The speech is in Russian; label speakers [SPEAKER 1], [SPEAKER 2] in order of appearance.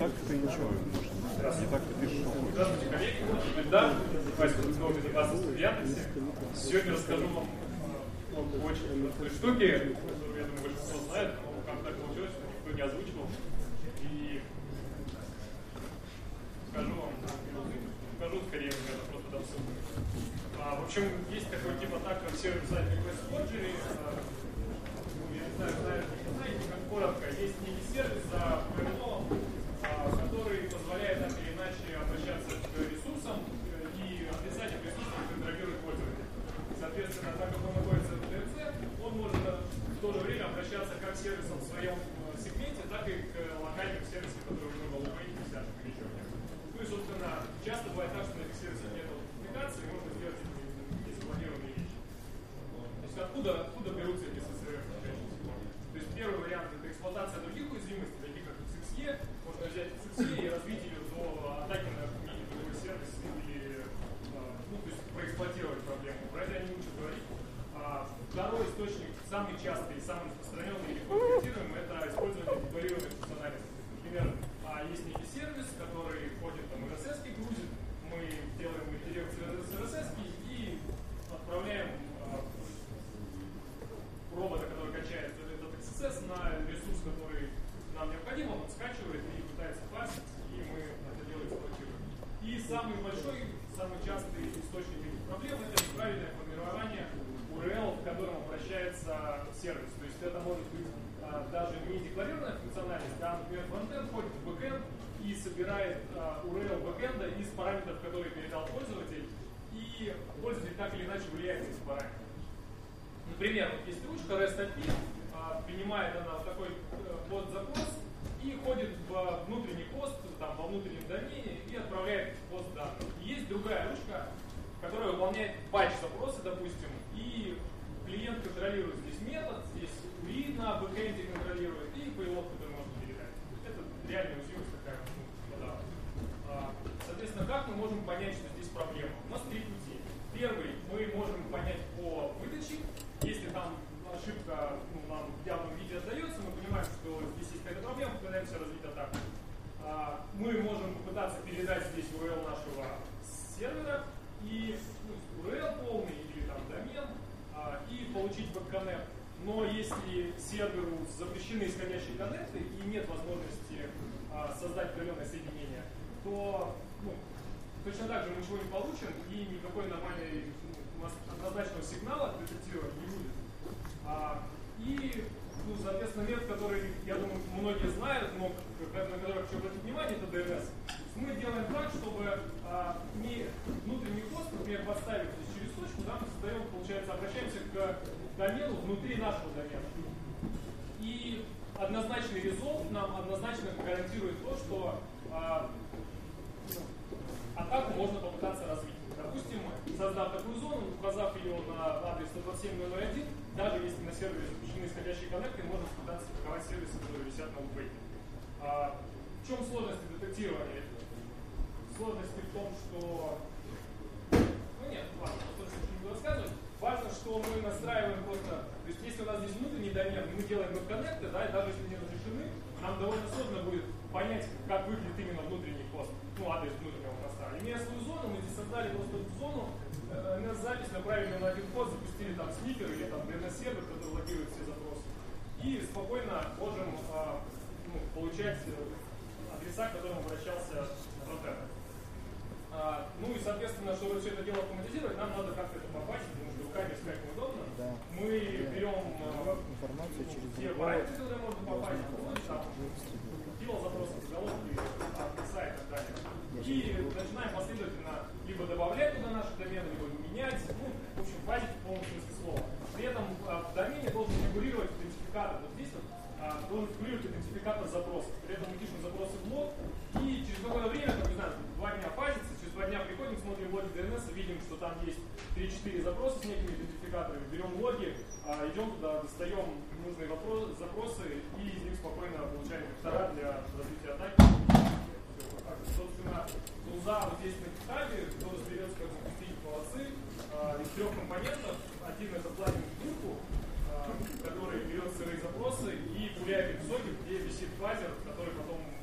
[SPEAKER 1] так ты ничего не так ты пишешь.
[SPEAKER 2] Здравствуйте, коллеги. Да, Вася, много безопасности в Яндексе. Сегодня расскажу вам очень простой штуки, которую, я думаю, большинство знает, но как так получилось, что никто не озвучивал. И скажу скорее, наверное, просто дам ссылку. В общем, есть такой тип атака в сервер-сайт Request Forgery. Я не знаю, знаете, как коротко, есть некий сервис за ПМО, который позволяет так или иначе обращаться к ресурсам и отрицать их ресурсы, контролирует пользователя. Соответственно, так как он находится в ДРЦ, он может в то же время обращаться как к сервисам в своем сегменте, так и к локальным сервисам, которые вы могли увидеть, или еще где-то. Ну и, собственно, часто бывает так, что на этих сервисах нет коммуникации, можно сделать незапланированные вещи. То есть откуда берутся эти ССРФ? То есть первый вариант — это эксплуатация других уязвимостей, таких как XXE. Можно взять XXE и развить ее до атаки на какой-нибудь другой сервис или то есть проэксплуатировать проблему. Про это я не учу говорить. Второй источник, самый частый, самый распространенный и легко корректируемый, это использование декларированной функциональности. Например, есть некий сервис, который ходит там RSS-ки грузит, мы делаем интерьер с RSS-ки и отправляем робота, который качает этот XSS на ресурс, который нам необходим, он скачивает и пытается парсить, и мы это дело эксплуатируем. И самый большой, самый частый источник этих проблем — это неправильное формирование URL, в котором обращается сервис. То есть это может быть даже не декларированная функциональность, а, например, фронтенд ходит в бэкэнд и собирает URL бэкэнда из параметров, которые передал пользователь, и пользователь так или иначе влияет на эти параметры. Например, вот есть ручка REST API, принимает она вот такой пост-запрос и ходит в внутренний пост, там, во внутреннем домене и отправляет пост данных. И есть другая ручка, которая выполняет батч-запросы, допустим, и клиент контролирует здесь метод, здесь URI на бэкэнде контролирует и payload, который можно передать. Это реальная уязвимость такая. Соответственно, как мы можем понять, что здесь проблема? У нас три пути. Первый, мы можем понять по выдаче. Если там ошибка нам в явном виде отдается, мы понимаем, что здесь есть какая-то проблема, пытаемся развить атаку. Мы можем попытаться передать здесь URL нашего сервера, и URL полный или там домен, и получить веб-коннект. Но если серверу запрещены исходящие коннекты и нет возможности создать определенное соединение, то точно так же мы ничего не получим и никакой нормальной однозначного сигнала детектировать не будет. Соответственно, метод, который, я думаю, многие знают, но на который хочу обратить внимание, это DNS. Мы делаем так, чтобы не внутренний хост, например, поставить через точку, да, мы создаем, получается, обращаемся к домену внутри нашего домена. И однозначный резолв нам однозначно гарантирует то, что атаку можно попытаться развить. Допустим, создав такую зону, указав ее на адрес 127.0.0.1, даже если на сервере запрещены исходящие коннекты, можно попытаться атаковать сервисы, которые висят на веб-бэке. В чем сложность детектирования? Сложность в том, что... ладно, не буду рассказывать. Важно, что мы настраиваем просто... То есть, если у нас здесь внутренний домен, мы делаем веб-коннекты, да, и даже если не разрешены, нам довольно сложно будет понять, как выглядит именно внутренний хост, адрес внутреннего хоста. Имея свою зону, мы здесь создали просто эту зону, запись направили на один хост, запустили там снипер или там DNS-сервер, который логирует все запросы. И спокойно можем получать адреса, к которым обращался фронтенд. И, соответственно, чтобы все это дело автоматизировать, нам надо как-то это попасть, потому что руками искать неудобно. Да. Мы берем те параметры, которые можно попасть, делал запросы, заголовки, адреса и так далее. И начинаем последовательно либо добавлять туда наши домены, либо менять, в общем, вводить в полном смысле слова. При этом в домене должен фигурировать идентификатор. Вот здесь должен фигурировать идентификатор запроса. При этом мы пишем запросы в лог, и через какое-то время, там, не знаю, 2 дня фазится, через 2 дня приходим, смотрим логи DNS, видим, что там есть 3-4 запроса с некими идентификаторами, берем логи, идем туда, достаем нужные запросы и из них спокойно получаем вектора для развития атаки. Собственно, тулза вот здесь на гитабе, кто разберется, как запустить, молодцы. Из 3 компонентов. Один — это плагин в группу, который берет сырые запросы и пуляет их в соки, где висит базер, который потом